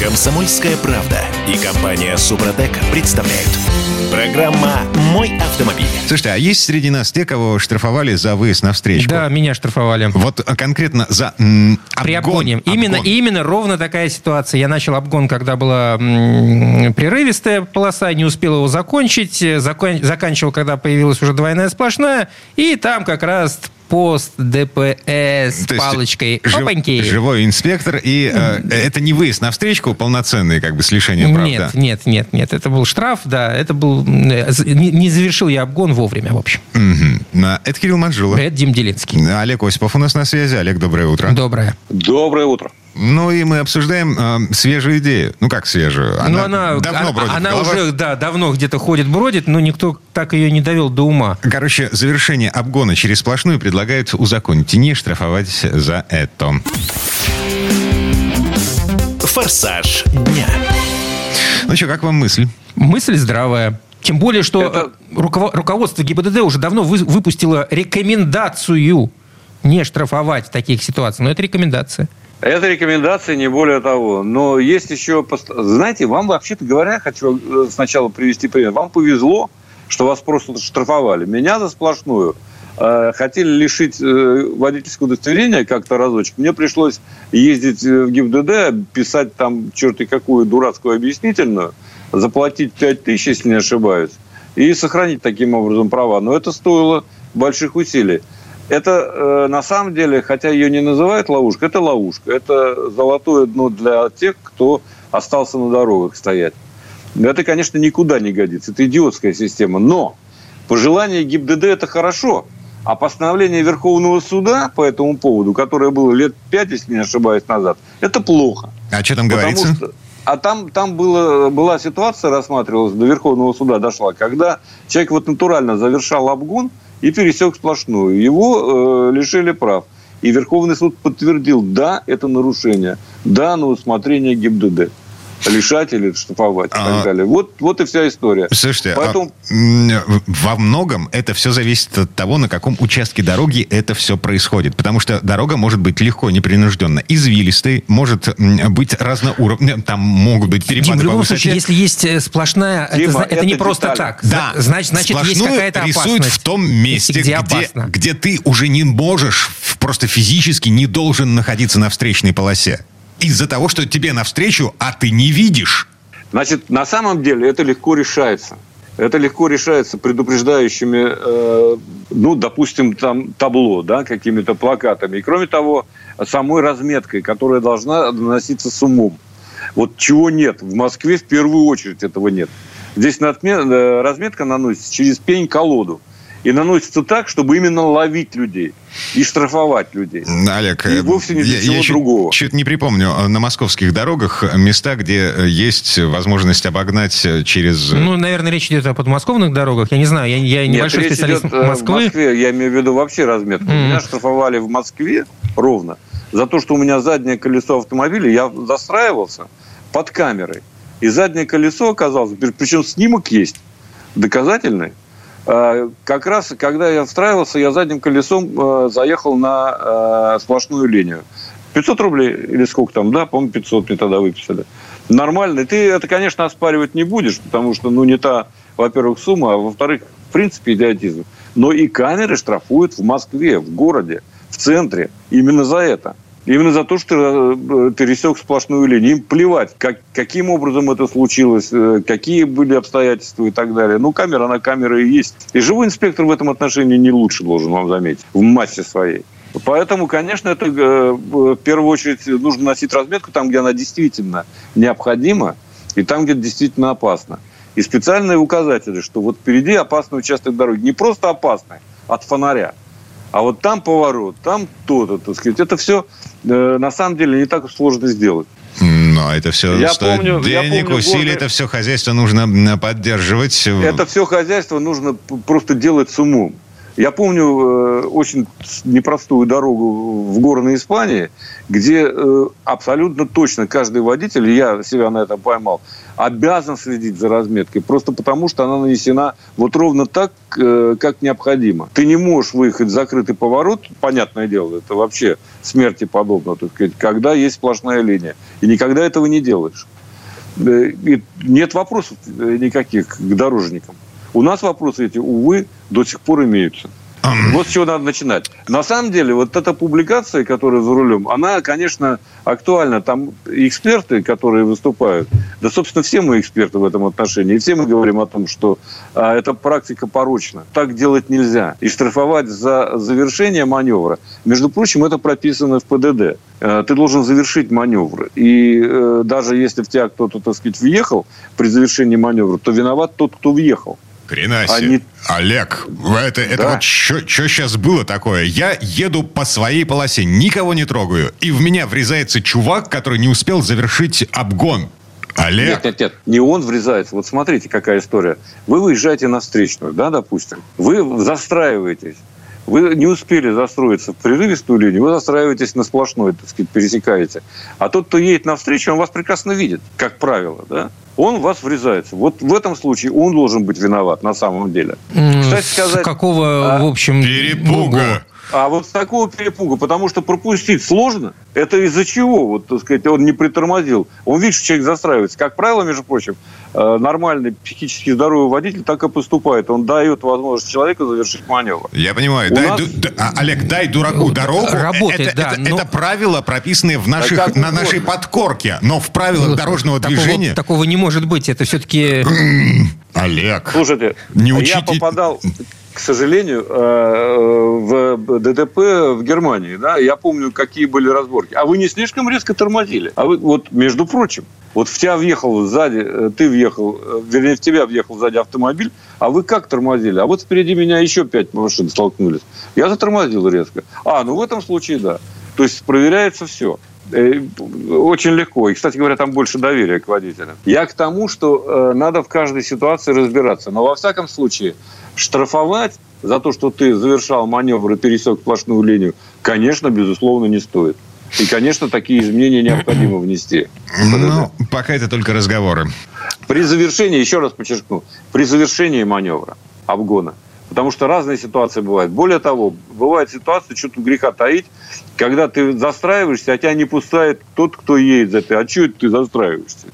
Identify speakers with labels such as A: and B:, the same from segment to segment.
A: Комсомольская правда и компания «Супротек» представляют. Программа «Мой автомобиль».
B: Слушайте, а есть среди нас те, кого штрафовали за выезд на встречку?
C: Да, меня штрафовали.
B: Вот конкретно за
C: обгон. При обгоне. Именно ровно такая ситуация. Я начал обгон, когда была прерывистая полоса, не успел его закончить. Заканчивал, когда появилась уже двойная сплошная. И там как раз пост ДПС с палочкой. Опаньки.
B: Живой инспектор. И это не выезд на встречку полноценный, как бы с лишением прав?
C: Нет. Это был штраф, да. Это был... Не завершил я обгон вовремя, в общем.
B: Угу. Это Кирилл Манжулов.
C: Это Дим Делинский.
B: Олег Осипов у нас на связи. Олег, доброе утро.
C: Доброе.
D: Доброе утро.
B: Ну и мы обсуждаем свежую идею. Ну как свежую?
C: Она
B: давно бродит в
C: Она
B: головах.
C: уже, давно где-то ходит-бродит, но никто так ее не довел до ума.
B: Короче, завершение обгона через сплошную предлагают узаконить и не штрафовать за это.
A: Форсаж дня.
B: Ну что, как вам мысль?
C: Мысль здравая. Тем более, что руководство ГИБДД уже давно выпустило рекомендацию не штрафовать в таких ситуациях. Но это рекомендация.
D: Это рекомендация, не более того. Но есть еще... Знаете, вам, вообще-то говоря, хочу сначала привести пример. Вам повезло, что вас просто штрафовали. Меня за сплошную хотели лишить водительского удостоверения как-то разочек. Мне пришлось ездить в ГИБДД, писать там черти какую дурацкую объяснительную, заплатить 5000, если не ошибаюсь, и сохранить таким образом права. Но это стоило больших усилий. Это на самом деле, хотя ее не называют ловушкой, это ловушка. Это золотое дно для тех, кто остался на дорогах стоять. Это, конечно, никуда не годится. Это идиотская система. Но пожелание ГИБДД – это хорошо. А постановление Верховного суда по этому поводу, которое было лет 5, если не ошибаюсь, назад, это плохо.
B: А что там говорится?
D: Там была ситуация, рассматривалась, до Верховного суда дошла, когда человек вот натурально завершал обгон и пересек сплошную. Его лишили прав. И Верховный суд подтвердил, да, это нарушение. Да, на усмотрение ГИБДД. Лишать или штрафовать и так далее. Вот и вся история.
B: Слушайте,
D: поэтому...
B: во многом это все зависит от того, на каком участке дороги это все происходит. Потому что дорога может быть легко, непринужденно извилистой, может быть разноуровневой, там могут быть перепады.
C: Дим, в любом
B: по высоте.
C: случае, если есть сплошная,
D: Дима,
C: это не просто
D: детали.
C: так.
B: Да.
C: Значит, есть какая-то опасность.
B: Рисуют в том месте, где ты уже не можешь, просто физически не должен находиться на встречной полосе. Из-за того, что тебе навстречу, а ты не видишь.
D: Значит, на самом деле это легко решается. Это легко решается предупреждающими, допустим, там табло, да, какими-то плакатами. И кроме того, самой разметкой, которая должна наноситься с умом. Вот чего нет. В Москве в первую очередь этого нет. Здесь разметка наносится через пень-колоду. И наносится так, чтобы именно ловить людей и штрафовать людей.
B: Олег,
D: и вовсе не для чего другого.
B: Чуть не припомню, на московских дорогах места, где есть возможность обогнать через...
C: наверное, речь идет о подмосковных дорогах. Я не знаю, я небольшой специалист Москвы.
D: В Москве, я имею в виду вообще разметку. Меня штрафовали в Москве ровно за то, что у меня заднее колесо автомобиля, я застраивался под камерой. И заднее колесо оказалось, причем снимок есть, доказательный. Как раз, когда я встраивался, я задним колесом заехал на сплошную линию. 500 рублей или сколько там, да, по-моему, 500 мне тогда выписали. Нормально. И ты это, конечно, оспаривать не будешь, потому что, не та, во-первых, сумма, а во-вторых, в принципе, идиотизм. Но и камеры штрафуют в Москве, в городе, в центре именно за это. Именно за то, что пересек сплошную линию. Им плевать, каким образом это случилось, какие были обстоятельства и так далее. Камера, она камера и есть. И живой инспектор в этом отношении не лучше, должен вам заметить, в массе своей. Поэтому, конечно, это в первую очередь нужно носить разметку там, где она действительно необходима, и там, где действительно опасно. И специальные указатели, что вот впереди опасный участок дороги. Не просто опасный, от фонаря. А вот там поворот, там то-то, так сказать. Это все, на самом деле, не так уж сложно сделать.
B: Но это все стоит денег, усилий, это все хозяйство нужно поддерживать.
D: Это все хозяйство нужно просто делать с умом. Я помню очень непростую дорогу в горной Испании, где абсолютно точно каждый водитель, я себя на этом поймал, обязан следить за разметкой, просто потому, что она нанесена вот ровно так, как необходимо. Ты не можешь выехать в закрытый поворот, понятное дело, это вообще смерти подобно, так сказать, когда есть сплошная линия. И никогда этого не делаешь. И нет вопросов никаких к дорожникам. У нас вопросы эти, увы, до сих пор имеются. Вот с чего надо начинать. На самом деле, вот эта публикация, которая за рулем, она, конечно, актуальна. Там эксперты, которые выступают, да, собственно, все мы эксперты в этом отношении, и все мы говорим о том, что эта практика порочна. Так делать нельзя. И штрафовать за завершение маневра, между прочим, это прописано в ПДД. Ты должен завершить маневр. И даже если в тебя кто-то, так сказать, въехал при завершении маневра, то виноват тот, кто въехал.
B: Хренаси. Олег, это да. Вот что сейчас было такое? Я еду по своей полосе, никого не трогаю, и в меня врезается чувак, который не успел завершить обгон. Олег?
D: Нет, не он врезается. Вот смотрите, какая история. Вы выезжаете на встречную, да, допустим. Вы застраиваетесь. Вы не успели застроиться в прерывистую линию, вы застраиваетесь на сплошной, так сказать, пересекаете. А тот, кто едет навстречу, он вас прекрасно видит, как правило, да? Он в вас врезается. Вот в этом случае он должен быть виноват на самом деле. Кстати сказать,
C: с какого, в общем,
B: перепуга?
D: А вот с такого перепуга, потому что пропустить сложно. Это из-за чего? Вот, так сказать, он не притормозил. Он видит, что человек застраивается. Как правило, между прочим, нормальный психически здоровый водитель так и поступает. Он дает возможность человеку завершить маневр.
B: Я понимаю. Олег, дай дураку дорогу.
C: Работает,
B: это правила, прописанные на нашей подкорке. Но в правилах дорожного движения...
C: Такого не может быть. Это все-таки...
B: Олег,
D: слушайте,
B: не учите...
D: я попадал... К сожалению, в ДТП в Германии, да, я помню, какие были разборки. А вы не слишком резко тормозили? А вы, вот, между прочим, вот в тебя въехал сзади, ты въехал, вернее, в тебя въехал сзади автомобиль, а вы как тормозили? А вот впереди меня еще 5 машин столкнулись. Я затормозил резко. Ну в этом случае да. То есть проверяется все. Очень легко. И, кстати говоря, там больше доверия к водителям. Я к тому, что надо в каждой ситуации разбираться. Но во всяком случае штрафовать за то, что ты завершал маневр и пересек сплошную линию, конечно, безусловно, не стоит. И, конечно, такие изменения необходимо внести.
B: Ну, пока это только разговоры.
D: При завершении, еще раз подчеркну, при завершении маневра, обгона, потому что разные ситуации бывают. Более того, бывает ситуация, что тут греха таить, когда ты застраиваешься, а тебя не пускает тот, кто едет за тобой. А что это ты застраиваешься?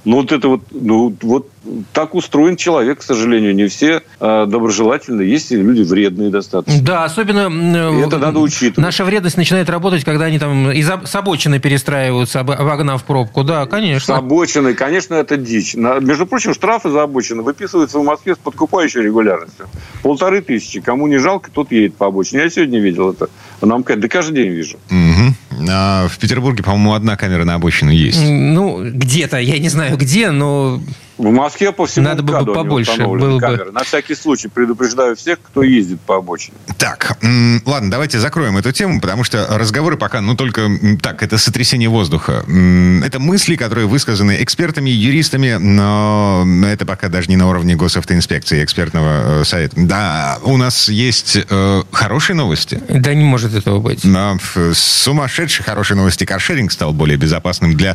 D: Вот так устроен человек, к сожалению. Не все доброжелательные. Есть люди вредные достаточно.
C: Да, особенно...
D: И это надо учитывать.
C: Наша вредность начинает работать, когда они там с обочины перестраиваются, обогнав пробку. Да, конечно.
D: С обочины, конечно, это дичь. Между прочим, штрафы за обочины выписываются в Москве с подкупающей регулярностью. 1500. Кому не жалко, тот едет по обочине. Я сегодня видел это. Нам да каждый день вижу.
B: Угу. В Петербурге, по-моему, одна камера на обочину есть.
C: Ну, где-то. Я не знаю, где, но...
D: В Москве по всему
C: надо было бы побольше. Было
D: камеры.
C: бы...
D: На всякий случай предупреждаю всех, кто ездит по обочине.
B: Так, ладно, давайте закроем эту тему, потому что разговоры пока, только так, это сотрясение воздуха. Это мысли, которые высказаны экспертами, юристами, но это пока даже не на уровне госавтоинспекции, экспертного совета. Да, у нас есть хорошие новости.
C: Да не может этого быть.
B: Но сумасшедшие хорошие новости. Каршеринг стал более безопасным для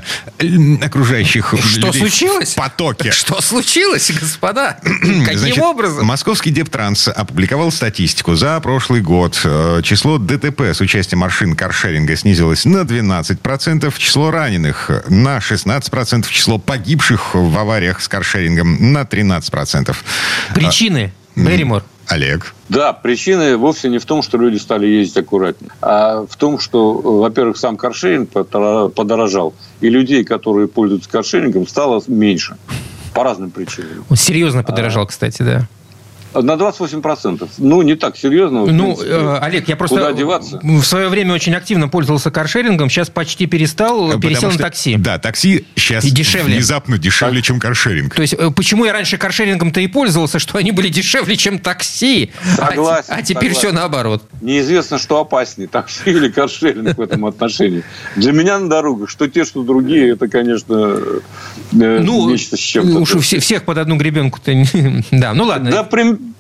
B: окружающих людей.
C: Что случилось?
B: В потоке.
C: Что случилось, господа? Каким образом?
B: Московский Дептранс опубликовал статистику. За прошлый год число ДТП с участием машин каршеринга снизилось на 12%, число раненых на 16%, число погибших в авариях с каршерингом на 13%.
C: Причины? Берримор.
B: Олег.
D: Да, причина вовсе не в том, что люди стали ездить аккуратнее, а в том, что, во-первых, сам каршеринг подорожал, и людей, которые пользуются каршерингом, стало меньше. По разным причинам.
C: Он серьезно подорожал, кстати, да.
D: На 28%. Не так серьезно.
C: Олег, я просто
D: куда деваться?
C: В свое время очень активно пользовался каршерингом, сейчас почти пересел на такси.
B: Да, такси сейчас внезапно дешевле, чем каршеринг.
C: То есть, почему я раньше каршерингом-то и пользовался, что они были дешевле, чем такси?
D: Согласен.
C: А теперь все наоборот.
D: Неизвестно, что опаснее, такси или каршеринг в этом отношении. Для меня на дорогах, что те, что другие, это, конечно, нечто с чем-то.
C: Уж всех под одну гребенку-то... Да, ладно.
D: Да,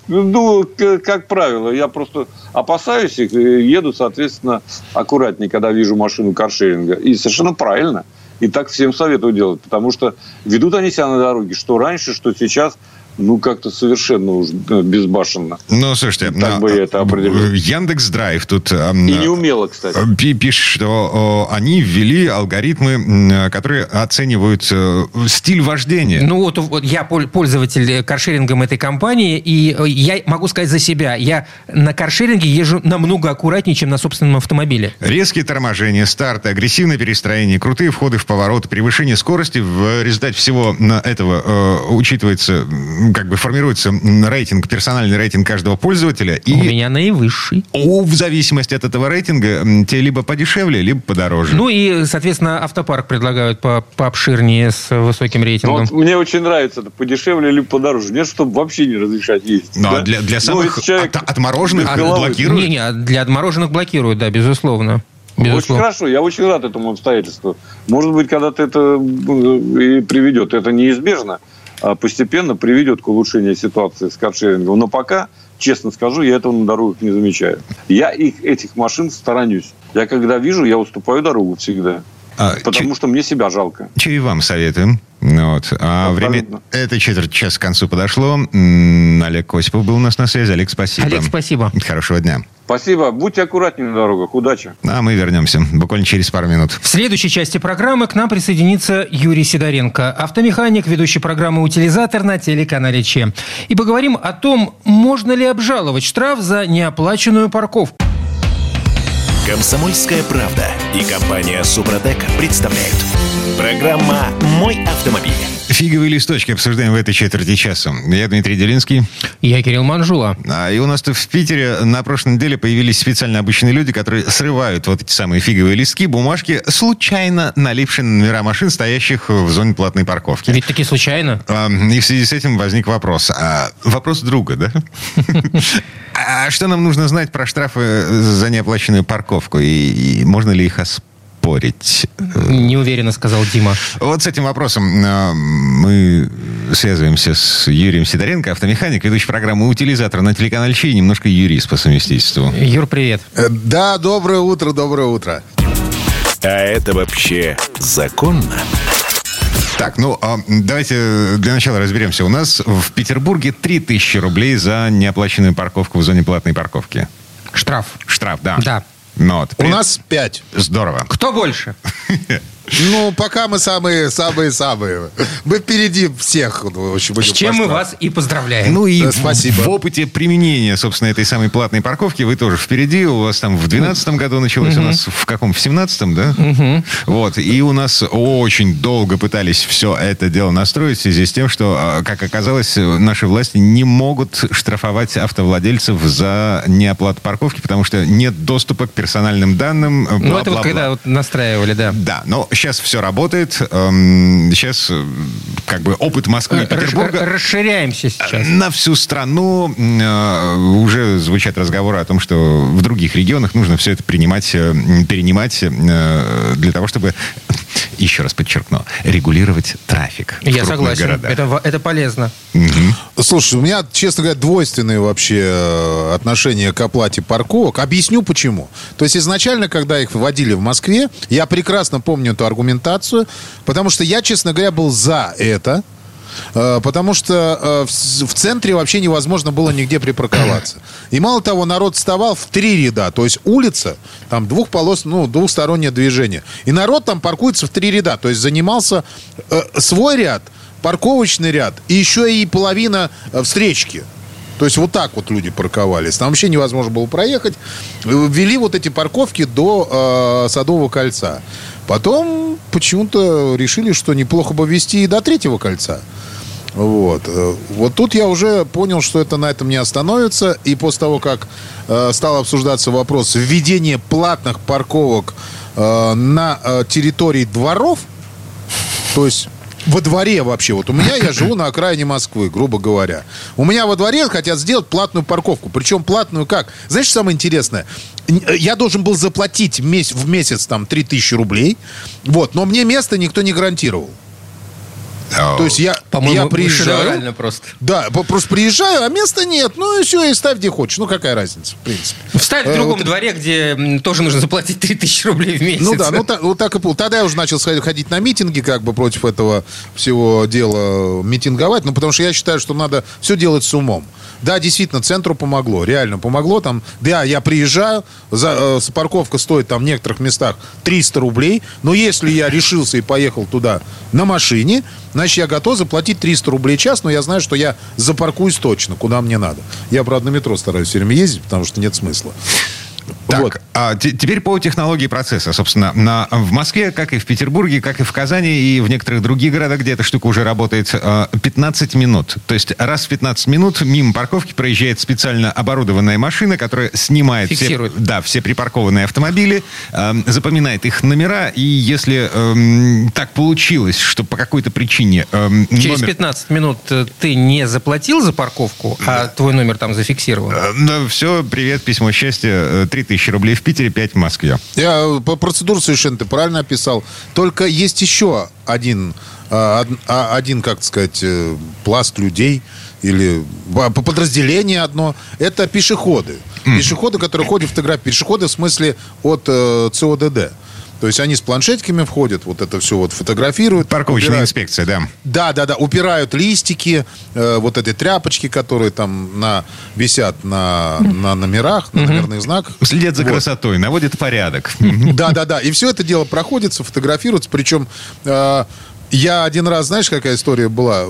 D: Ну, как правило, я просто опасаюсь их и еду, соответственно, аккуратнее, когда вижу машину каршеринга. И совершенно правильно. И так всем советую делать, потому что ведут они себя на дороге, что раньше, что сейчас, ну, как-то совершенно уж безбашенно.
B: Ну, слушайте,
D: так бы я это определил.
B: Яндекс.Драйв тут...
D: И неумело, кстати.
B: Пишет, что они ввели алгоритмы, которые оценивают стиль вождения.
C: Ну, вот я пользователь каршерингом этой компании, и я могу сказать за себя. Я на каршеринге езжу намного аккуратнее, чем на собственном автомобиле.
B: Резкие торможения, старты, агрессивное перестроение, крутые входы в поворот, превышение скорости. В результате всего этого учитывается... как бы формируется рейтинг, персональный рейтинг каждого пользователя. И
C: у меня наивысший.
B: В зависимости от этого рейтинга тебе либо подешевле, либо подороже.
C: Ну и, соответственно, автопарк предлагают пообширнее с высоким рейтингом.
D: Вот мне очень нравится это подешевле либо подороже. Нет, чтобы вообще не разрешать ездить.
B: Ну, да? Для самых отмороженных блокируют?
C: Не, для отмороженных блокируют, да, безусловно.
D: Очень хорошо, я очень рад этому обстоятельству. Может быть, когда-то это и приведет. Это неизбежно. Постепенно приведет к улучшению ситуации с каршерингом. Но пока, честно скажу, я этого на дорогах не замечаю. Я этих машин сторонюсь. Я когда вижу, я уступаю дорогу всегда. Потому что мне себя жалко.
B: Че и вам советуем. Вот. Время этой четверть часа к концу подошло. Олег Осипов был у нас на связи. Олег, спасибо.
C: Олег, спасибо.
B: Хорошего дня.
D: Спасибо. Будьте аккуратнее на дорогах. Удачи.
B: А мы вернемся буквально через пару минут.
C: В следующей части программы к нам присоединится Юрий Сидоренко, автомеханик, ведущий программы «Утилизатор» на телеканале ЧЕ. И поговорим о том, можно ли обжаловать штраф за неоплаченную парковку.
A: «Комсомольская правда» и компания «Супротек» представляют. Программа «Мой автомобиль».
B: Фиговые листочки обсуждаем в этой четверти часа. Я Дмитрий Делинский.
C: Я Кирилл Манжула.
B: И у нас тут в Питере на прошлой неделе появились специально обычные люди, которые срывают вот эти самые фиговые листки, бумажки, случайно налипшие на номера машин, стоящих в зоне платной парковки.
C: Ведь таки случайно.
B: И в связи с этим возник вопрос. Вопрос друга, да? А что нам нужно знать про штрафы за неоплаченную парковку? И можно ли их оспорить?
C: Неуверенно, сказал Дима.
B: Вот с этим вопросом мы связываемся с Юрием Сидоренко, автомеханик, ведущий программы «Утилизатор» на телеканале ЧЕ, немножко юрист по совместительству.
C: Юр, привет.
E: Да, доброе утро, доброе утро.
A: А это вообще законно?
B: Так, давайте для начала разберемся. У нас в Петербурге 3000 рублей за неоплаченную парковку в зоне платной парковки.
C: Штраф.
B: Штраф, да.
C: Да.
E: У нас 5.
B: Здорово.
C: Кто больше?
E: Пока мы самые. Мы впереди всех.
C: С чем мы вас и поздравляем.
E: Спасибо.
B: В опыте применения, собственно, этой самой платной парковки вы тоже впереди. У вас там в 2012 году началось, у нас в каком? В 2017, да? Вот. И у нас очень долго пытались все это дело настроить в связи с тем, что, как оказалось, наши власти не могут штрафовать автовладельцев за неоплату парковки, потому что нет доступа к персональным данным.
C: Это вот когда настраивали, да.
B: Да, но сейчас все работает. Сейчас как бы опыт Москвы и Петербурга...
C: Расширяемся сейчас.
B: На всю страну уже звучат разговоры о том, что в других регионах нужно все это перенимать для того, чтобы, еще раз подчеркну, регулировать трафик.
C: Я согласен. Это полезно.
E: Слушай, у меня, честно говоря, двойственные вообще отношения к оплате парковок. Объясню почему. То есть изначально, когда их вводили в Москве, я прекрасно помню эту аргументацию, потому что я, честно говоря, был за это. Потому что в центре вообще невозможно было нигде припарковаться. И мало того, народ вставал в 3 ряда. То есть улица, там двухстороннее движение. И народ там паркуется в 3 ряда. То есть занимался свой ряд, парковочный ряд и еще и половина встречки. То есть вот так вот люди парковались. Там вообще невозможно было проехать. Ввели вот эти парковки до Садового кольца. Потом почему-то решили, что неплохо бы ввести и до Третьего кольца. Вот тут я уже понял, что это на этом не остановится. И после того, как стал обсуждаться вопрос введения платных парковок на территории дворов, то есть во дворе вообще. Вот у меня, я живу на окраине Москвы, грубо говоря. У меня во дворе хотят сделать платную парковку. Причем платную как? Знаешь, что самое интересное? Я должен был заплатить в месяц там 3000 рублей. Вот, но мне место никто не гарантировал. То есть я приезжаю...
C: Реально просто.
E: Да, просто приезжаю, а места нет. Ну и все, и ставь где хочешь. Ну какая разница, в принципе.
C: Вставь в другом дворе, где тоже нужно заплатить 3000 рублей в месяц.
E: Ну да, вот так и было. Тогда я уже начал ходить на митинги, как бы против этого всего дела митинговать. Ну потому что я считаю, что надо все делать с умом. Да, действительно, центру помогло, реально помогло. Там, да, я приезжаю, парковка стоит там в некоторых местах 300 рублей. Но если я решился и поехал туда на машине, значит, я готов заплатить 300 рублей в час, но я знаю, что я запаркуюсь точно, куда мне надо. Я, правда, на метро стараюсь все время ездить, потому что нет смысла.
B: Так,
E: вот.
B: Теперь по технологии процесса. Собственно, в Москве, как и в Петербурге, как и в Казани, и в некоторых других городах, где эта штука уже работает, 15 минут. То есть раз в 15 минут мимо парковки проезжает специально оборудованная машина, которая снимает все припаркованные автомобили, запоминает их номера, и если так получилось, что по какой-то причине...
C: Через 15 минут ты не заплатил за парковку, а твой номер там зафиксирован?
B: Все, привет, письмо счастья, 3000 рублей в Питере, 5 в Москве.
E: Я по процедуру совершенно ты правильно описал. Только есть еще один, как сказать, пласт людей или подразделение одно. Это пешеходы. Пешеходы, которые ходят фотографии. Пешеходы в смысле от ЦОДД. То есть они с планшетиками входят, вот это все вот фотографируют.
B: Парковочная инспекция, да.
E: Да. Упирают листики, вот эти тряпочки, которые там висят на номерах, на номерных знаках.
B: Следят за красотой, наводят порядок.
E: Да. И все это дело проходится, фотографируется. Причем я один раз, знаешь, какая история была?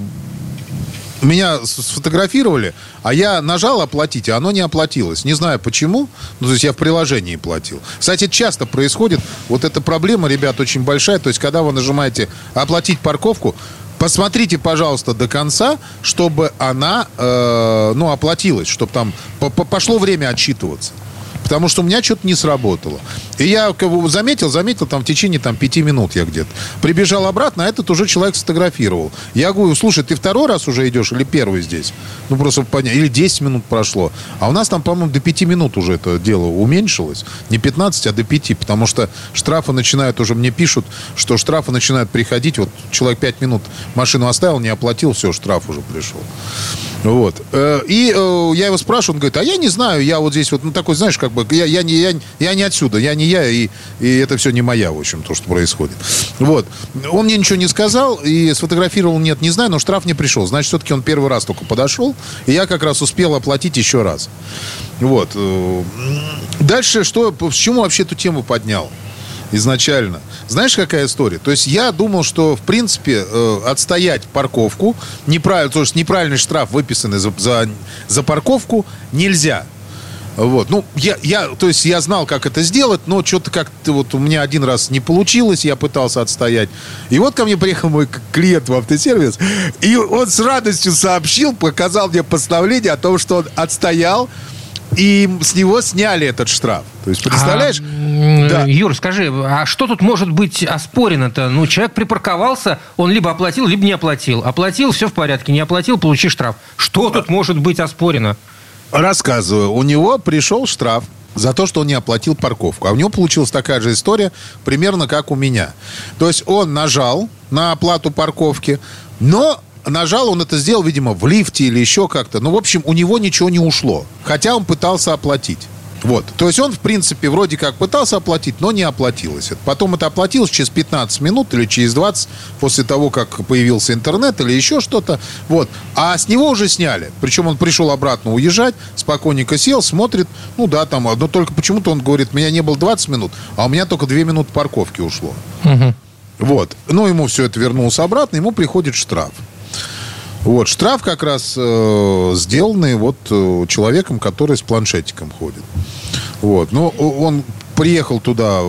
E: Меня сфотографировали, а я нажал оплатить, а оно не оплатилось. Не знаю почему, то есть я в приложении платил. Кстати, это часто происходит. Вот эта проблема, ребят, очень большая. То есть, когда вы нажимаете оплатить парковку, посмотрите, пожалуйста, до конца, чтобы она оплатилась, чтобы там пошло время отчитываться. Потому что у меня что-то не сработало. И я заметил там в течение 5 минут я где-то. Прибежал обратно, а этот уже человек сфотографировал. Я говорю, слушай, ты второй раз уже идешь или первый здесь? Ну, просто понять. Или 10 минут прошло. А у нас там, по-моему, до 5 минут уже это дело уменьшилось. Не 15, а до 5. Потому что штрафы начинают уже, мне пишут, что штрафы начинают приходить. Вот человек 5 минут машину оставил, не оплатил, все, штраф уже пришел. Вот. И я его спрашиваю, он говорит, а я не знаю, я вот здесь вот, такой, знаешь, как бы, я не отсюда, я не я, и это все не моя, в общем, то, что происходит. Вот. Он мне ничего не сказал, и сфотографировал, нет, не знаю, но штраф не пришел. Значит, все-таки он первый раз только подошел, и я как раз успел оплатить еще раз. Вот. Дальше, с чему вообще эту тему поднял? Изначально. Знаешь, какая история? То есть я думал, что, в принципе, отстоять парковку, то есть неправильный штраф, выписанный за парковку, нельзя. Вот. Ну, я знал, как это сделать, но что-то как-то вот у меня один раз не получилось, я пытался отстоять. И вот ко мне приехал мой клиент в автосервис, и он с радостью сообщил, показал мне постановление о том, что он отстоял, и с него сняли этот штраф. То есть, представляешь?
C: Да. Юр, скажи, а что тут может быть оспорено-то? Ну, человек припарковался, он либо оплатил, либо не оплатил. Оплатил, все в порядке, не оплатил, получи штраф. Что тут может быть оспорено?
E: Рассказываю. У него пришел штраф за то, что он не оплатил парковку. А у него получилась такая же история, примерно как у меня. То есть он нажал на оплату парковки, но нажал, он это сделал, видимо, в лифте или еще как-то. Ну, в общем, у него ничего не ушло. Хотя он пытался оплатить. Вот. То есть он, в принципе, вроде как пытался оплатить, но не оплатилось. Потом это оплатилось через 15 минут или через 20, после того, как появился интернет или еще что-то. Вот. А с него уже сняли. Причем он пришел обратно уезжать, спокойненько сел, смотрит. Ну да, там, но только почему-то он говорит, меня не было 20 минут, а у меня только 2 минуты парковки ушло. Угу. Вот. Ну, ему все это вернулось обратно, ему приходит штраф. Вот, штраф как раз сделанный вот человеком, который с планшетиком ходит. Вот, но он приехал туда,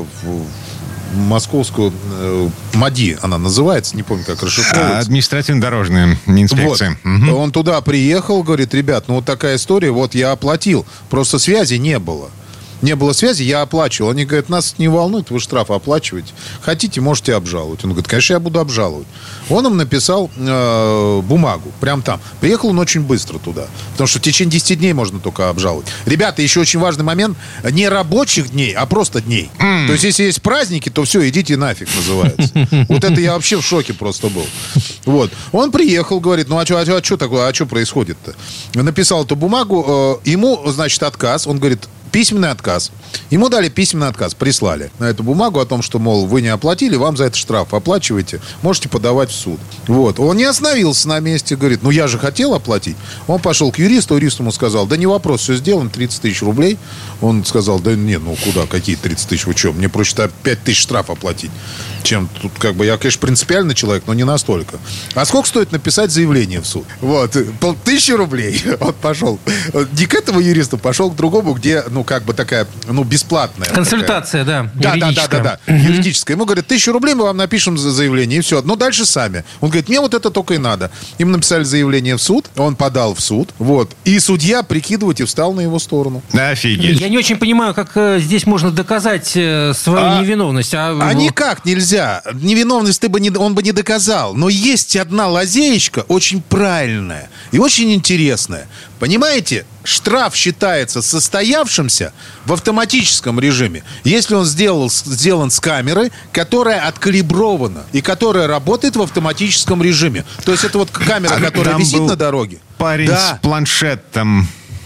E: в московскую МАДИ, она называется, не помню, как расшифровывается.
B: Административно-дорожная инспекция.
E: Вот. Угу. Он туда приехал, говорит, ребят, ну вот такая история, вот я оплатил, просто связи не было. не было связи, я оплачивал. Они говорят, нас не волнует, вы штраф оплачиваете. Хотите, можете обжаловать. Он говорит, конечно, я буду обжаловать. Он им написал бумагу, прям там. Приехал он очень быстро туда, потому что в течение 10 дней можно только обжаловать. Ребята, еще очень важный момент, не рабочих дней, а просто дней. То есть, если есть праздники, то все, идите нафиг, называется. Вот это я вообще в шоке просто был. Вот. Он приехал, говорит, ну а что такое, а что происходит-то? Написал эту бумагу, ему, значит, отказ, он говорит, письменный отказ. Ему дали письменный отказ, прислали на эту бумагу о том, что, мол, вы не оплатили, вам за это штраф оплачиваете, можете подавать в суд. Вот. Он не остановился на месте, говорит, ну я же хотел оплатить. Он пошел к юристу, юрист ему сказал, да не вопрос, все сделано, 30 тысяч рублей. Он сказал, да не, ну куда, какие 30 тысяч, вы что, мне проще 5 тысяч штраф оплатить. Чем тут, как бы, я, конечно, принципиальный человек, но не настолько. А сколько стоит написать заявление в суд? Вот, 1000 рублей. Он пошел. Не к этому юристу, пошел к другому, где, ну, как бы такая, ну, бесплатная.
C: Консультация,
E: такая.
C: Да, юридическая.
E: Да, юридическая. Ему говорят, 1000 рублей, мы вам напишем заявление, и все. Ну, дальше сами. Он говорит, мне вот это только и надо. Им написали заявление в суд, он подал в суд, вот. И судья, прикидывайте, встал на его сторону.
B: Офигеть.
C: Я не очень понимаю, как здесь можно доказать свою невиновность.
E: А никак нельзя. Невиновность он бы не доказал. Но есть одна лазеечка очень правильная и очень интересная. Понимаете, штраф считается состоявшимся в автоматическом режиме, если он сделан с камерой, которая откалибрована и которая работает в автоматическом режиме. То есть это вот камера, которая висит на дороге.
B: Парень с планшетом.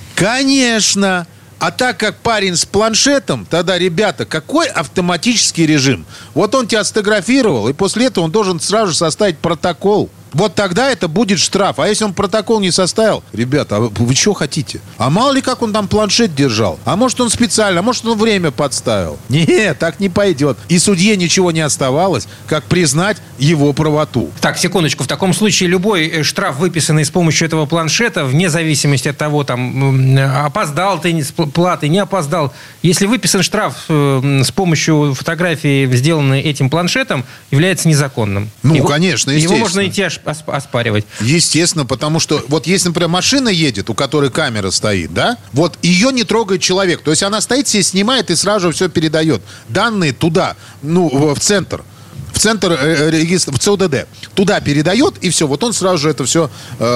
E: Конечно. А так как парень с планшетом, тогда, ребята, какой автоматический режим? Вот он тебя сфотографировал, и после этого он должен сразу же составить протокол. Вот тогда это будет штраф. А если он протокол не составил, ребята, а вы что хотите? А мало ли как он там планшет держал? А может он специально, а может он время подставил? Нет, так не пойдет. И судье ничего не оставалось, как признать его правоту.
C: Так, секундочку. В таком случае любой штраф, выписанный с помощью этого планшета, вне зависимости от того, там, опоздал ты с платой, не опоздал. Если выписан штраф с помощью фотографии, сделанной этим планшетом, является незаконным.
E: Ну, конечно, естественно.
C: Его можно идти оспаривать.
E: Естественно, потому что вот если, например, машина едет, у которой камера стоит, да, вот ее не трогает человек. То есть она стоит, себе снимает и сразу же все передает. Данные туда, ну, в центр регистра, в ЦОДД. Туда передает, и все. Вот он сразу же это все,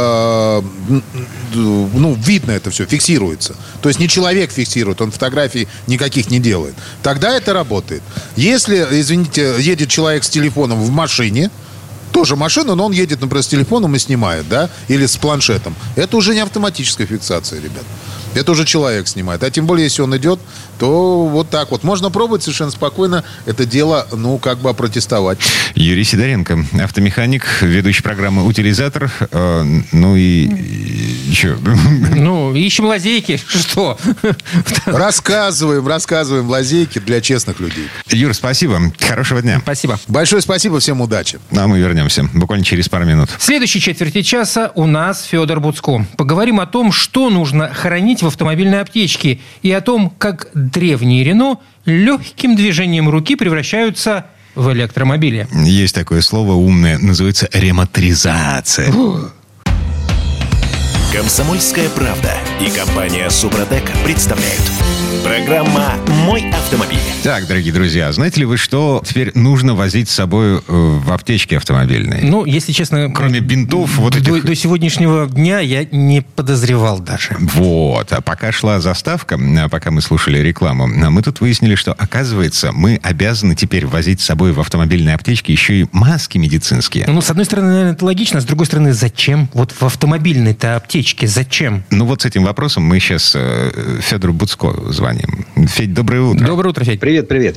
E: ну, видно это все, фиксируется. То есть не человек фиксирует, он фотографий никаких не делает. Тогда это работает. Если, извините, едет человек с телефоном в машине, тоже машина, но он едет, например, с телефоном и снимает, да, или с планшетом. Это уже не автоматическая фиксация, ребят. Это уже человек снимает. А тем более, если он идет, то вот так вот. Можно пробовать совершенно спокойно это дело, ну, как бы опротестовать.
B: Юрий Сидоренко, автомеханик, ведущий программы «Утилизатор». Ну и что?
C: Ну, ищем лазейки. Что?
E: Рассказываем лазейки для честных людей.
B: Юр, спасибо. Хорошего дня.
C: Спасибо.
E: Большое спасибо, всем удачи.
B: А мы вернемся буквально через пару минут.
C: В следующей четверти часа у нас Федор Буцко. Поговорим о том, что нужно хранить в автомобильной аптечке, и о том, как древние Рено легким движением руки превращаются в электромобили.
B: Есть такое слово умное, называется ремоторизация.
A: «Комсомольская правда» и компания «Супротек» представляют. Программа «Мой автомобиль».
B: Так, дорогие друзья, знаете ли вы, что теперь нужно возить с собой в аптечке автомобильной?
C: Ну, если честно...
B: Кроме бинтов, вот этих...
C: До сегодняшнего дня я не подозревал даже.
B: Вот. А пока шла заставка, пока мы слушали рекламу, мы тут выяснили, что, оказывается, мы обязаны теперь возить с собой в автомобильной аптечке еще и маски медицинские.
C: Ну, с одной стороны, наверное, это логично, а с другой стороны, зачем? Вот в автомобильной-то аптечке зачем?
B: Ну, вот с этим вопросом мы сейчас Федору Буцко звоним. Федь, доброе утро.
C: Доброе утро, Федь.
F: Привет.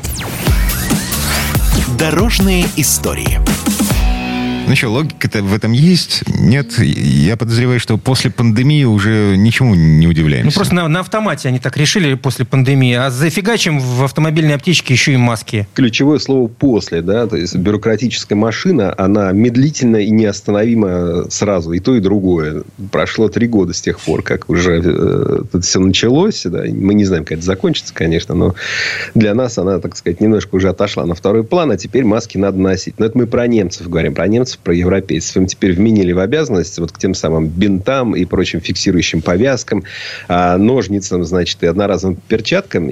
A: Дорожные истории.
B: Ну что, логика-то в этом есть? Нет? Я подозреваю, что после пандемии уже ничему не удивляемся.
C: Ну, просто на автомате они так решили после пандемии. А зафигачим в автомобильной аптечке еще и маски.
F: Ключевое слово «после», да, то есть бюрократическая машина, она медлительна и неостановима сразу, и то, и другое. Прошло 3 года с тех пор, как уже это все началось, да. Мы не знаем, как это закончится, конечно, но для нас она, так сказать, немножко уже отошла на второй план, а теперь маски надо носить. Но это мы про немцев говорим. Про немцев про европейцев. Им теперь вменили в обязанность вот к тем самым бинтам и прочим фиксирующим повязкам, ножницам, значит, и одноразовым перчаткам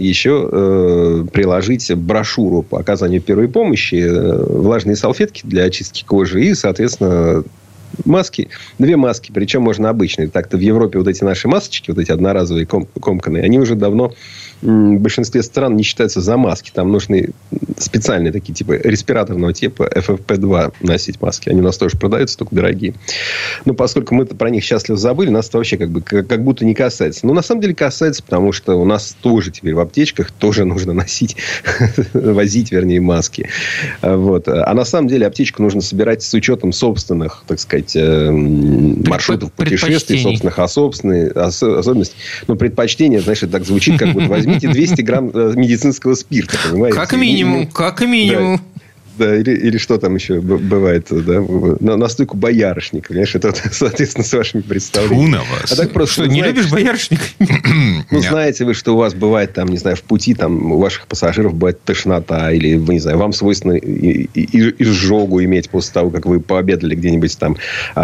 F: еще приложить брошюру по оказанию первой помощи, влажные салфетки для очистки кожи и, соответственно, маски. 2 маски, причем можно обычные. Так-то в Европе вот эти наши масочки, вот эти одноразовые комканые, они уже давно в большинстве стран не считаются за маски. Там нужны специальные такие, типа респираторного типа FFP2 носить маски. Они у нас тоже продаются, только дорогие. Но поскольку мы про них счастливо забыли, нас это вообще как будто не касается. Но на самом деле касается, потому что у нас тоже теперь в аптечках тоже нужно носить, возить, вернее, маски. Вот. А на самом деле аптечку нужно собирать с учетом собственных, так сказать, маршрутов путешествий, собственных особенностей. Но предпочтение, знаешь, так звучит, как будто возьмите 200 грамм медицинского спирта, понимаете?
C: Как минимум.
F: Да, или что там еще бывает, да? Настойку боярышника, понимаешь? Это, соответственно, с вашими представлениями.
B: Фу на вас.
F: А так просто,
C: что, не любишь боярышник?
F: Ну, знаете вы, что у вас бывает там, не знаю, в пути, там, у ваших пассажиров бывает тошнота, или, вы не знаю, вам свойственно изжогу иметь после того, как вы пообедали где-нибудь там,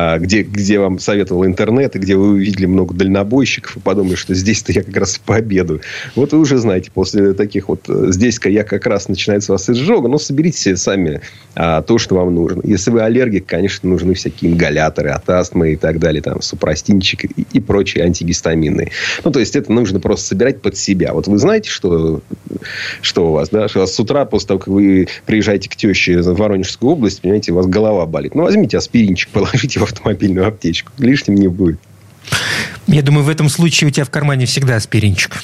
F: где вам советовал интернет, и где вы увидели много дальнобойщиков, и подумали, что здесь-то я как раз пообедаю. Вот вы уже знаете, после таких вот, здесь-ка я как раз начинается у вас изжога, но соберите себе сами то, что вам нужно. Если вы аллергик, конечно, нужны всякие ингаляторы от астмы и так далее, там, супрастинчик и прочие антигистаминные. Ну, то есть, это нужно просто собирать под себя. Вот вы знаете, что у вас, да? Что у вас с утра, после того, как вы приезжаете к теще в Воронежскую область, понимаете, у вас голова болит. Ну, возьмите аспиринчик, положите в автомобильную аптечку. Лишним не будет.
C: Я думаю, в этом случае у тебя в кармане всегда аспиринчик.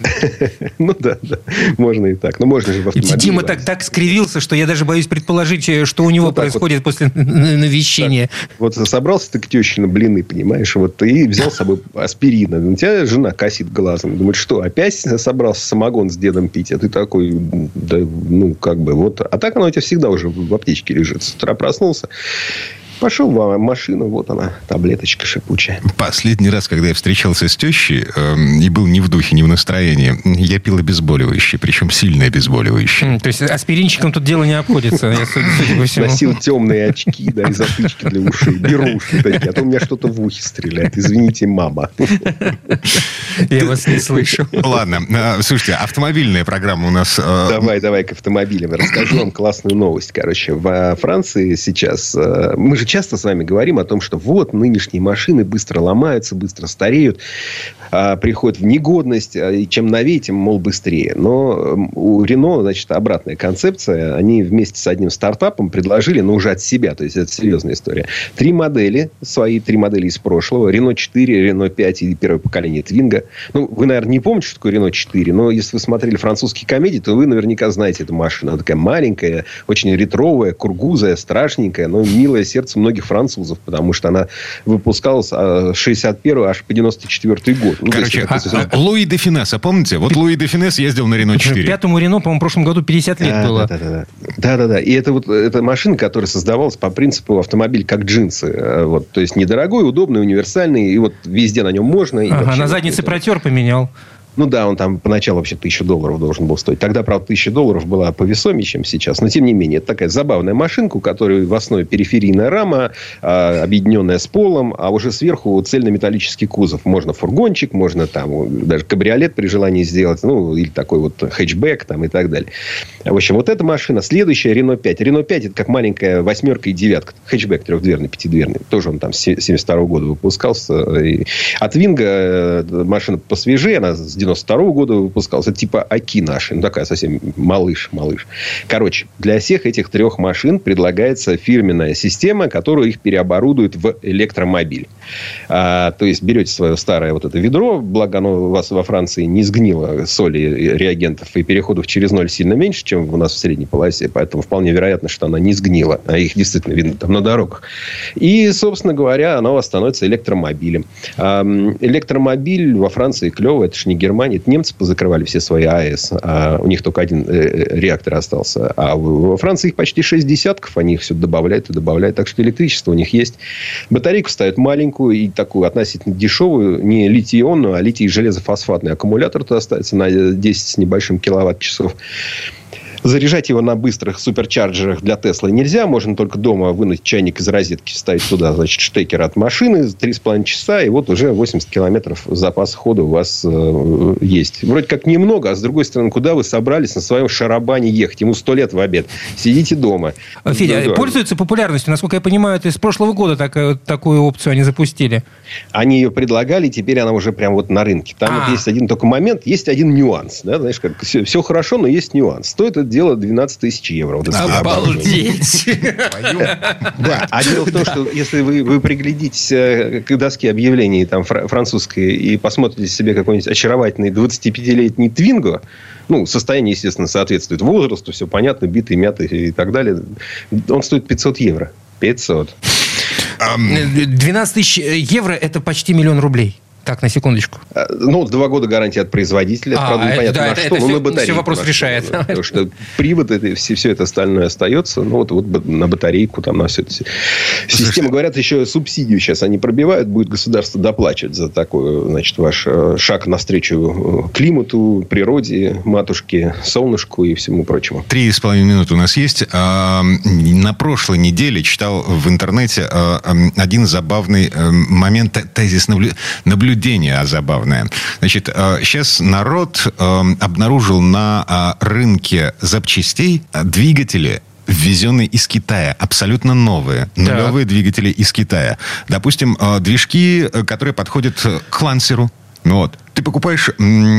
F: Ну, да. Можно и так. Но можно же в автомобиле.
C: Дима так скривился, что я даже боюсь предположить, что у него происходит после навещения.
F: Вот собрался ты к теще на блины, понимаешь, вот и взял с собой аспирина. У тебя жена косит глазом. Думает, что, опять собрался самогон с дедом пить? А ты такой, да, ну, как бы, вот. А так оно у тебя всегда уже в аптечке лежит. С утра проснулся. Пошел в машину, вот она, таблеточка шипучая.
B: Последний раз, когда я встречался с тещей и был не в духе, не в настроении, я пил обезболивающее, причем сильное обезболивающее.
C: То есть аспиринчиком тут дело не обходится, я судя по всему.
F: Носил темные очки, да, и затычки для ушей, беруши такие, а то у меня что-то в ухе стреляет. Извините, мама.
C: Я вас не слышу.
B: Ладно, слушайте, автомобильная программа у нас...
F: Давай к автомобилям. Расскажу вам классную новость. Короче, во Франции сейчас... Мы же часто с вами говорим о том, что вот нынешние машины быстро ломаются, быстро стареют, приходят в негодность, и чем новее, тем, мол, быстрее. Но у Renault, значит, обратная концепция. Они вместе с одним стартапом предложили, но уже от себя, то есть это серьезная история. 3 модели из прошлого. Renault 4, Renault 5 и первое поколение Twingo. Ну, вы, наверное, не помните, что такое Renault 4, но если вы смотрели французские комедии, то вы наверняка знаете эту машину. Она такая маленькая, очень ретровая, кургузая, страшненькая, но милое сердце многих французов, потому что она выпускалась с 61 аж по 94 год. Ну,
B: короче, Луи де Финес, помните? Вот Луи де Финес ездил на Renault 4.
C: Пятому Renault, по-моему, в прошлом году 50 лет было.
F: Да. И это машина, которая создавалась по принципу автомобиль как джинсы. Вот, то есть, недорогой, удобный, универсальный. И вот везде на нем можно.
C: На заднице протер, поменял.
F: Ну да, он там поначалу вообще $1000 должен был стоить. Тогда, правда, $1000 была повесомее, чем сейчас. Но, тем не менее, это такая забавная машинка, у которой в основе периферийная рама, объединенная с полом, а уже сверху цельнометаллический кузов. Можно фургончик, можно там даже кабриолет при желании сделать. Ну, или такой вот хэтчбэк там и так далее. В общем, вот эта машина. Следующая Renault 5. Renault 5 это как маленькая 8 и 9. Хэтчбэк трехдверный, пятидверный. Тоже он там с 72 года выпускался. А Twingo машина посвежее, она с 92 года выпускался. Это типа Аки наши. Ну, такая совсем малыш. Короче, для всех этих 3 машин предлагается фирменная система, которая их переоборудует в электромобиль. То есть, берете свое старое вот это ведро, благо оно у вас во Франции не сгнило соли, реагентов и переходов через ноль сильно меньше, чем у нас в средней полосе. Поэтому вполне вероятно, что она не сгнила. А их действительно видно там на дорогах. И, собственно говоря, она у вас становится электромобилем. Электромобиль во Франции клевый. Это ж не Германия. Это немцы позакрывали все свои АЭС. У них только один реактор остался. А во Франции их почти 6 десятков. Они их все добавляют и добавляют. Так что электричество у них есть. Батарейку ставят маленькую и такую относительно дешевую. Не литий-ионную, а литий-железофосфатный аккумулятор туда ставится на 10 с небольшим киловатт-часов. Заряжать его на быстрых суперчарджерах для Теслы нельзя. Можно только дома вынуть чайник из розетки, вставить туда, значит, штекер от машины, 3,5 часа, и вот уже 80 километров запаса хода у вас есть. Вроде как немного, а с другой стороны, куда вы собрались на своем шарабане ехать? Ему 100 лет в обед. Сидите дома.
C: Федя, пользуется популярностью. Насколько я понимаю, это с прошлого года такую опцию они запустили.
F: Они ее предлагали, теперь она уже прям вот на рынке. Там вот есть один только момент, есть один нюанс. Да? Знаешь, как все хорошо, но есть нюанс. Стоит это дело 12 тысяч евро. Вот
C: обалдеть!
F: Да, а дело в том, что если вы приглядитесь к доске объявлений там, французской и посмотрите себе какой-нибудь очаровательный 25-летний Твинго, ну, состояние, естественно, соответствует возрасту, все понятно, битый, мятый и так далее, он стоит 500 евро. 500.
C: 12 тысяч евро – это почти 1 000 000 рублей. Так, на секундочку.
F: Ну, 2 года гарантии от производителя. Правда, непонятно на что, но на батарейку.
C: Все вопрос решает.
F: Потому что привод, все это остальное остается. Ну, вот на батарейку, там, на все это. Система, говорят, еще субсидию сейчас они пробивают. Будет государство доплачивать за такой, значит, ваш шаг навстречу климату, природе, матушке, солнышку и всему прочему.
B: 3,5 минуты у нас есть. На прошлой неделе читал в интернете один забавный момент, тезис наблюдения забавное. Значит, сейчас народ обнаружил на рынке запчастей двигатели, ввезенные из Китая. Абсолютно новые. Нулевые двигатели из Китая. Допустим, движки, которые подходят к Лансеру. Вот. Ты покупаешь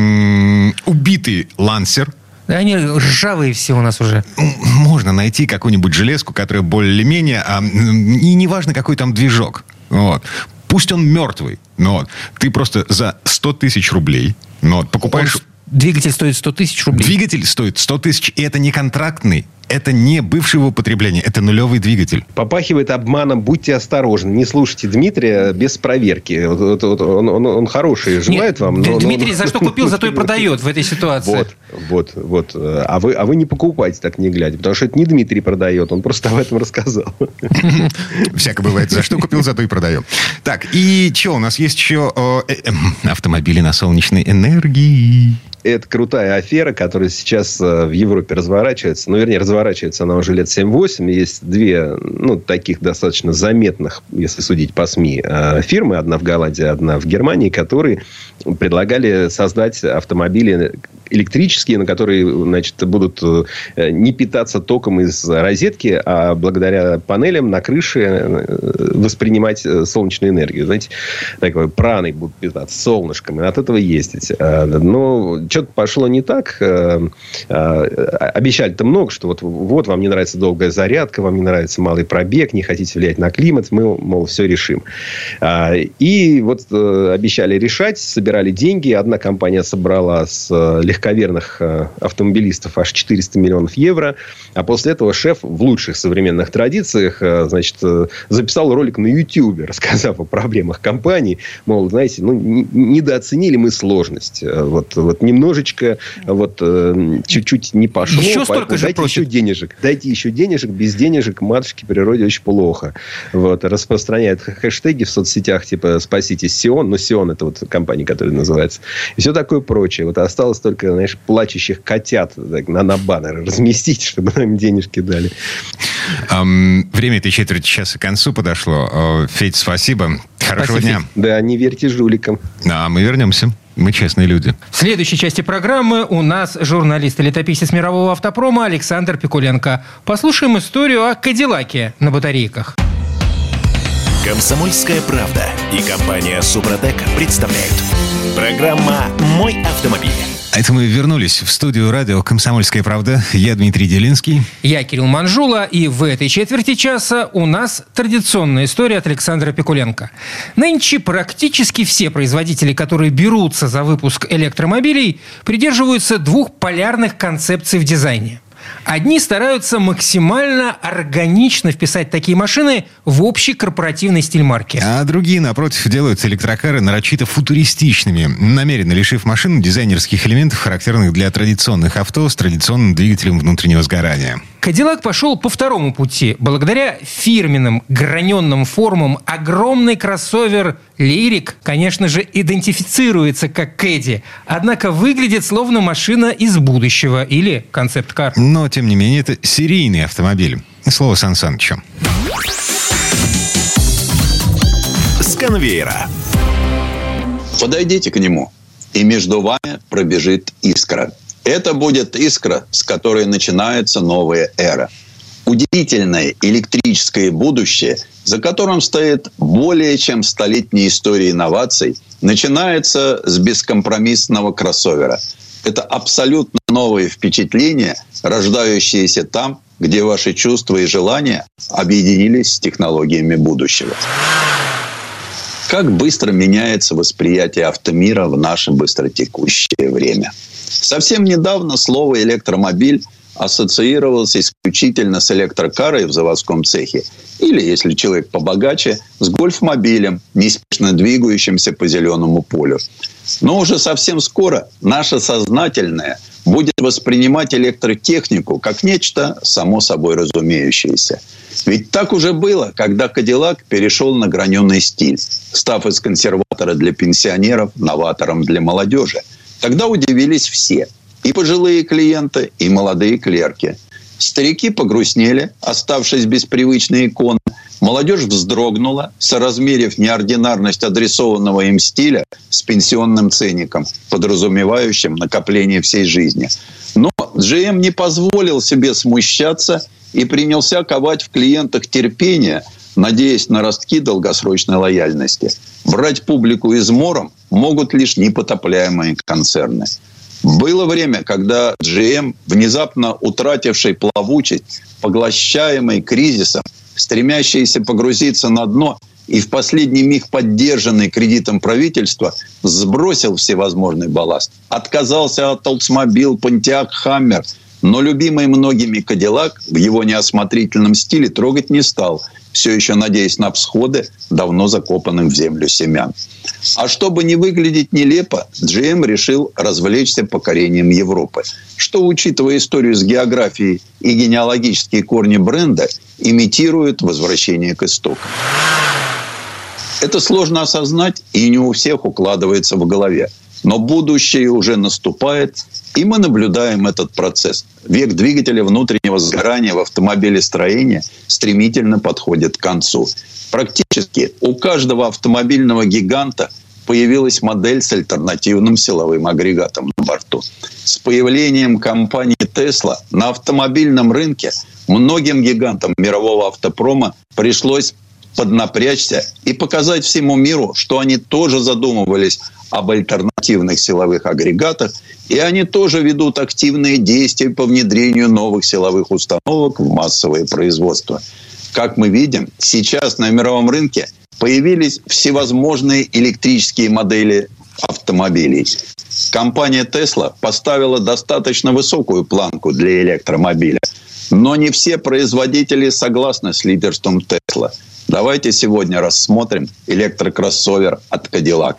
B: убитый Лансер.
C: Да они ржавые все у нас уже.
B: Можно найти какую-нибудь железку, которая более-менее... И неважно, какой там движок. Вот. Пусть он мертвый, но ты просто за 100 тысяч рублей покупаешь...
C: Двигатель стоит 100 тысяч рублей?
B: Двигатель стоит 100 тысяч, и это не контрактный. Это не бывшего употребления, это нулевый двигатель.
F: Попахивает обманом, будьте осторожны. Не слушайте Дмитрия без проверки. Он хороший, желает вам.
C: Дмитрий за что купил, зато и продает в этой ситуации.
F: Вот. А вы не покупайте так не глядя, потому что это не Дмитрий продает, он просто об этом рассказал.
B: Всяко бывает. За что купил, зато и продаю. Так, и что, у нас есть еще автомобили на солнечной энергии.
F: Это крутая афера, которая сейчас в Европе разворачивается. Ну, вернее, разворачивается она уже лет 7-8. Есть 2, таких достаточно заметных, если судить по СМИ, фирмы. Одна в Голландии, одна в Германии, которые предлагали создать автомобили электрические, на которые, значит, будут не питаться током из розетки, а благодаря панелям на крыше воспринимать солнечную энергию. Знаете, такой праной будут питаться, солнышком, и от этого ездить. Но что-то пошло не так. Обещали-то много, что вот вам не нравится долгая зарядка, вам не нравится малый пробег, не хотите влиять на климат, мы, мол, все решим. И вот обещали решать, собирали деньги. Одна компания собрала с легковерных автомобилистов аж 400 миллионов евро. А после этого шеф в лучших современных традициях, значит, записал ролик на YouTube, рассказав о проблемах компании. Мол, знаете, недооценили мы сложность. Вот немножечко, чуть-чуть не пошло.
C: Еще столько же
F: дайте еще денежек. Дайте еще денежек. Без денежек матушке природе очень плохо. Распространяют хэштеги в соцсетях, типа «Спасите Сион». Но Сион — это компания, которая называется. И все такое прочее. Осталось только, знаешь, плачущих котят на баннеры разместить, чтобы нам денежки дали.
B: Время этой четверти часа к концу подошло. Федь, спасибо. Хорошего дня.
F: Да, не верьте жуликам.
B: А мы вернемся. Мы честные люди.
C: В следующей части программы у нас журналист и летописец мирового автопрома Александр Пикуленко. Послушаем историю о Кадиллаке на батарейках.
A: «Комсомольская правда» и компания «Супротек» представляют. Программа «Мой автомобиль».
B: А это мы вернулись в студию радио «Комсомольская правда». Я Дмитрий Делинский.
C: Я Кирилл Манжула. И в этой четверти часа у нас традиционная история от Александра Пикуленко. Нынче практически все производители, которые берутся за выпуск электромобилей, придерживаются двух полярных концепций в дизайне. Одни стараются максимально органично вписать такие машины в общий корпоративный стиль марки.
B: А другие, напротив, делают электрокары нарочито футуристичными, намеренно лишив машин дизайнерских элементов, характерных для традиционных авто с традиционным двигателем внутреннего сгорания.
C: Кадиллак пошел по второму пути. Благодаря фирменным граненным формам огромный кроссовер Lyriq, конечно же, идентифицируется как Кэдди, однако выглядит словно машина из будущего или концепт-кар.
B: Но, тем не менее, это серийный автомобиль. Слово Сан Санычу.
A: С конвейера.
G: Подойдите к нему, и между вами пробежит искра. Это будет искра, с которой начинается новая эра. Удивительное электрическое будущее, за которым стоит более чем столетняя история инноваций, начинается с бескомпромиссного кроссовера. Это абсолютно новые впечатления, рождающиеся там, где ваши чувства и желания объединились с технологиями будущего. Как быстро меняется восприятие автомира в наше быстротекущее время. Совсем недавно слово «электромобиль» ассоциировалось исключительно с электрокарой в заводском цехе или, если человек побогаче, с гольф-мобилем, неспешно двигающимся по зеленому полю. Но уже совсем скоро наше сознательное будет воспринимать электротехнику как нечто само собой разумеющееся. Ведь так уже было, когда Кадиллак перешел на граненый стиль, став из консерватора для пенсионеров новатором для молодежи. Тогда удивились все. И пожилые клиенты, и молодые клерки. Старики погрустнели, оставшись без привычной иконы. Молодежь вздрогнула, соразмерив неординарность адресованного им стиля с пенсионным ценником, подразумевающим накопление всей жизни. Но GM не позволил себе смущаться и принялся ковать в клиентах терпение, надеясь на ростки долгосрочной лояльности. Брать публику измором могут лишь непотопляемые концерны. Было время, когда GM, внезапно утративший плавучесть, поглощаемый кризисом, стремящийся погрузиться на дно и в последний миг поддержанный кредитом правительства, сбросил всевозможный балласт. Отказался от Oldsmobile, Pontiac, Hammer, но любимый многими Кадиллак в его неосмотрительном стиле трогать не стал, все еще надеясь на всходы давно закопанных в землю семян. А чтобы не выглядеть нелепо, GM решил развлечься покорением Европы, что, учитывая историю с географией и генеалогические корни бренда, имитирует возвращение к истокам. Это сложно осознать и не у всех укладывается в голове. Но будущее уже наступает, и мы наблюдаем этот процесс. Век двигателя внутреннего сгорания в автомобилестроении стремительно подходит к концу. Практически у каждого автомобильного гиганта появилась модель с альтернативным силовым агрегатом на борту. С появлением компании Tesla на автомобильном рынке многим гигантам мирового автопрома пришлось поднапрячься и показать всему миру, что они тоже задумывались об альтернативных силовых агрегатах, и они тоже ведут активные действия по внедрению новых силовых установок в массовое производство. Как мы видим, сейчас на мировом рынке появились всевозможные электрические модели автомобилей. Компания Tesla поставила достаточно высокую планку для электромобиля, но не все производители согласны с лидерством Tesla. Давайте сегодня рассмотрим электрокроссовер от Cadillac.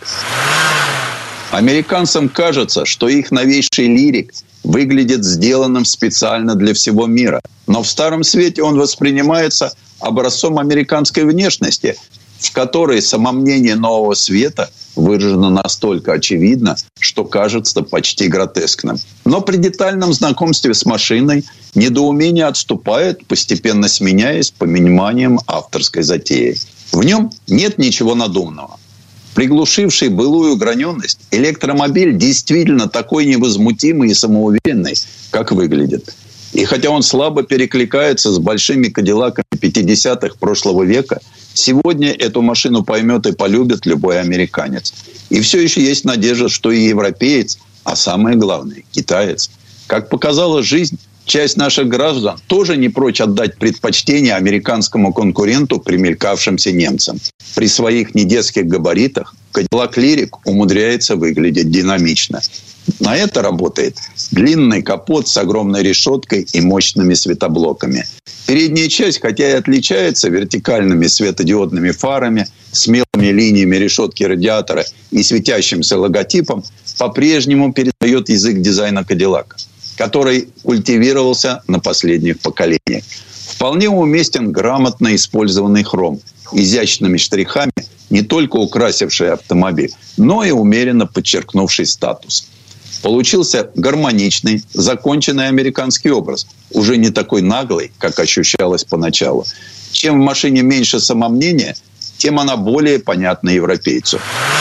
G: Американцам кажется, что их новейший лирик выглядит сделанным специально для всего мира. Но в Старом Свете он воспринимается образцом американской внешности, в которой самомнение нового света выражено настолько очевидно, что кажется почти гротескным. Но при детальном знакомстве с машиной недоумение отступает, постепенно сменяясь пониманием авторской затеи. В нем нет ничего надуманного. Приглушивший былую граненность, электромобиль действительно такой невозмутимый и самоуверенный, как выглядит. И хотя он слабо перекликается с большими кадиллаками 50-х прошлого века, сегодня эту машину поймет и полюбит любой американец. И все еще есть надежда, что и европеец, а самое главное, китаец. Как показала жизнь, часть наших граждан тоже не прочь отдать предпочтение американскому конкуренту, примелькавшимся немцам. При своих недетских габаритах Cadillac Lyriq умудряется выглядеть динамично. На это работает длинный капот с огромной решеткой и мощными светоблоками. Передняя часть, хотя и отличается вертикальными светодиодными фарами, смелыми линиями решетки радиатора и светящимся логотипом, по-прежнему передает язык дизайна Кадиллака, который культивировался на последних поколениях. Вполне уместен грамотно использованный хром, изящными штрихами, не только украсивший автомобиль, но и умеренно подчеркнувший статус. Получился гармоничный, законченный американский образ. Уже не такой наглый, как ощущалось поначалу. Чем в машине меньше самомнения, тем она более понятна европейцу.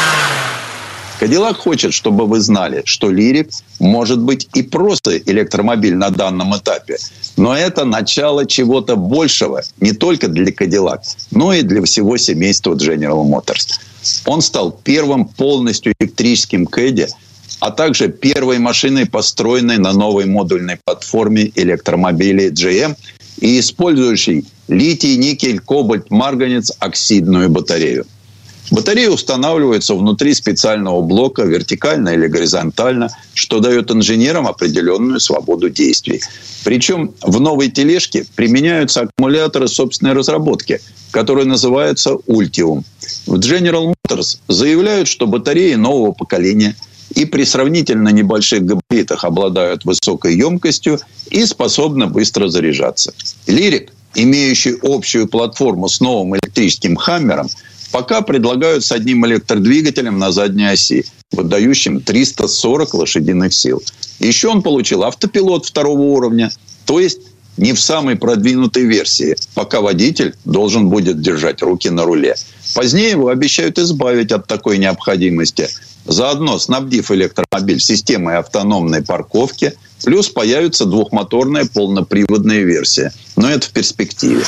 G: Кадиллак хочет, чтобы вы знали, что Лирик может быть и просто электромобиль на данном этапе. Но это начало чего-то большего не только для Кадиллак, но и для всего семейства General Motors. Он стал первым полностью электрическим Кэдди, а также первой машиной, построенной на новой модульной платформе электромобилей GM и использующей литий, никель, кобальт, марганец, оксидную батарею. Батарея устанавливается внутри специального блока вертикально или горизонтально, что дает инженерам определенную свободу действий. Причем в новой тележке применяются аккумуляторы собственной разработки, которые называются Ultium. В General Motors заявляют, что батареи нового поколения и при сравнительно небольших габаритах обладают высокой емкостью и способны быстро заряжаться. Лирик, имеющий общую платформу с новым электрическим Хаммером, пока предлагают с одним электродвигателем на задней оси, выдающим 340 лошадиных сил. Еще он получил автопилот второго уровня, то есть не в самой продвинутой версии, пока водитель должен будет держать руки на руле. Позднее его обещают избавить от такой необходимости, заодно снабдив электромобиль системой автономной парковки, плюс появится двухмоторная полноприводная версия. Но это в перспективе.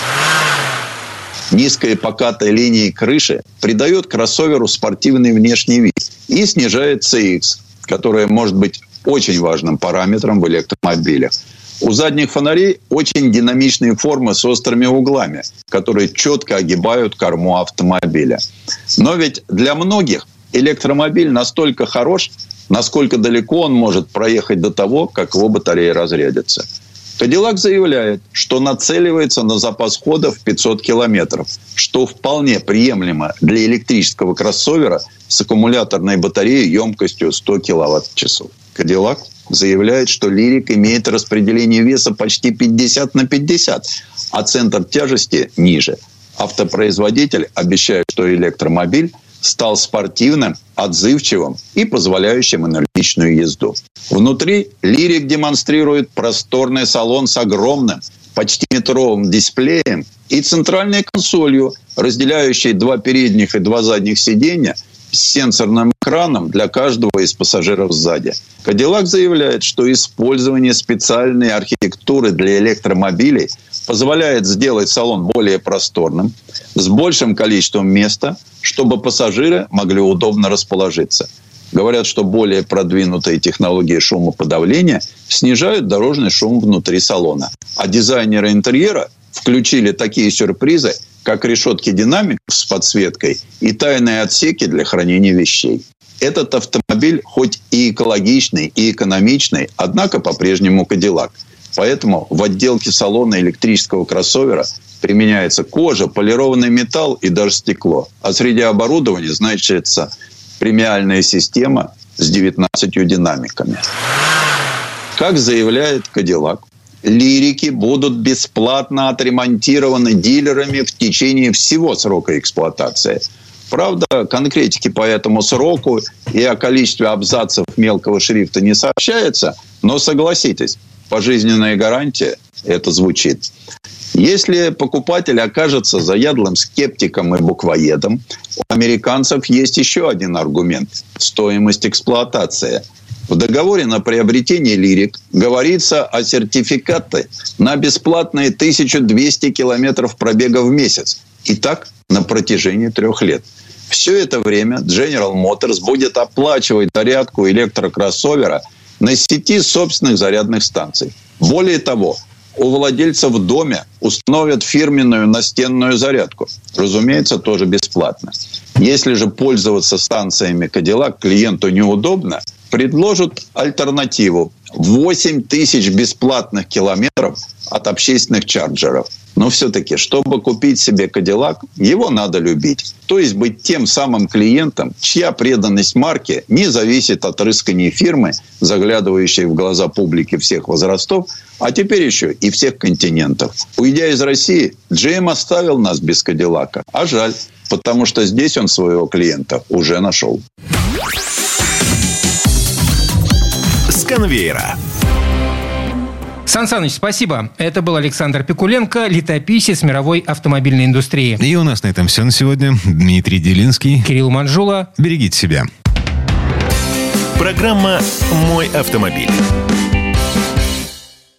G: Низкая покатая линия крыши придает кроссоверу спортивный внешний вид и снижает CX, которая может быть очень важным параметром в электромобилях. У задних фонарей очень динамичные формы с острыми углами, которые четко огибают корму автомобиля. Но ведь для многих электромобиль настолько хорош, насколько далеко он может проехать до того, как его батарея разрядится. Кадиллак заявляет, что нацеливается на запас хода в 500 километров, что вполне приемлемо для электрического кроссовера с аккумуляторной батареей емкостью 100 киловатт-часов. Кадиллак заявляет, что Лирик имеет распределение веса почти 50/50, а центр тяжести ниже. Автопроизводитель обещает, что электромобиль стал спортивным, отзывчивым и позволяющим энергичную езду. Внутри Лирик демонстрирует просторный салон с огромным, почти метровым дисплеем и центральной консолью, разделяющей 2 передних и 2 задних сиденья с сенсорным экраном для каждого из пассажиров сзади. Кадиллак заявляет, что использование специальной архитектуры для электромобилей позволяет сделать салон более просторным, с большим количеством места, чтобы пассажиры могли удобно расположиться. Говорят, что более продвинутые технологии шумоподавления снижают дорожный шум внутри салона. А дизайнеры интерьера включили такие сюрпризы, как решетки динамиков с подсветкой и тайные отсеки для хранения вещей. Этот автомобиль хоть и экологичный, и экономичный, однако по-прежнему Кадиллак. Поэтому в отделке салона электрического кроссовера применяется кожа, полированный металл и даже стекло. А среди оборудования значится премиальная система с 19 динамиками. Как заявляет Кадиллак, Лирики будут бесплатно отремонтированы дилерами в течение всего срока эксплуатации. Правда, конкретики по этому сроку и о количестве абзацев мелкого шрифта не сообщается, но согласитесь, пожизненная гарантия – это звучит. Если покупатель окажется заядлым скептиком и буквоедом, у американцев есть еще один аргумент – стоимость эксплуатации. В договоре на приобретение Лирик говорится о сертификате на бесплатные 1200 километров пробега в месяц. И так на протяжении 3 лет. Все это время General Motors будет оплачивать зарядку электрокроссовера на сети собственных зарядных станций. Более того, у владельца в доме установят фирменную настенную зарядку. Разумеется, тоже бесплатно. Если же пользоваться станциями Cadillac клиенту неудобно, предложат альтернативу – 8 тысяч бесплатных километров от общественных чарджеров. Но все-таки, чтобы купить себе Cadillac, его надо любить. То есть быть тем самым клиентом, чья преданность марке не зависит от рысканий фирмы, заглядывающей в глаза публики всех возрастов, а теперь еще и всех континентов. Уйдя из России, GM оставил нас без Cadillac. А жаль, потому что здесь он своего клиента уже нашел.
A: конвейера.
C: Сан Саныч, спасибо. Это был Александр Пикуленко, летописец мировой автомобильной индустрии.
B: И у нас на этом все на сегодня. Дмитрий Делинский.
C: Кирилл Манжула.
B: Берегите себя.
A: Программа «Мой автомобиль».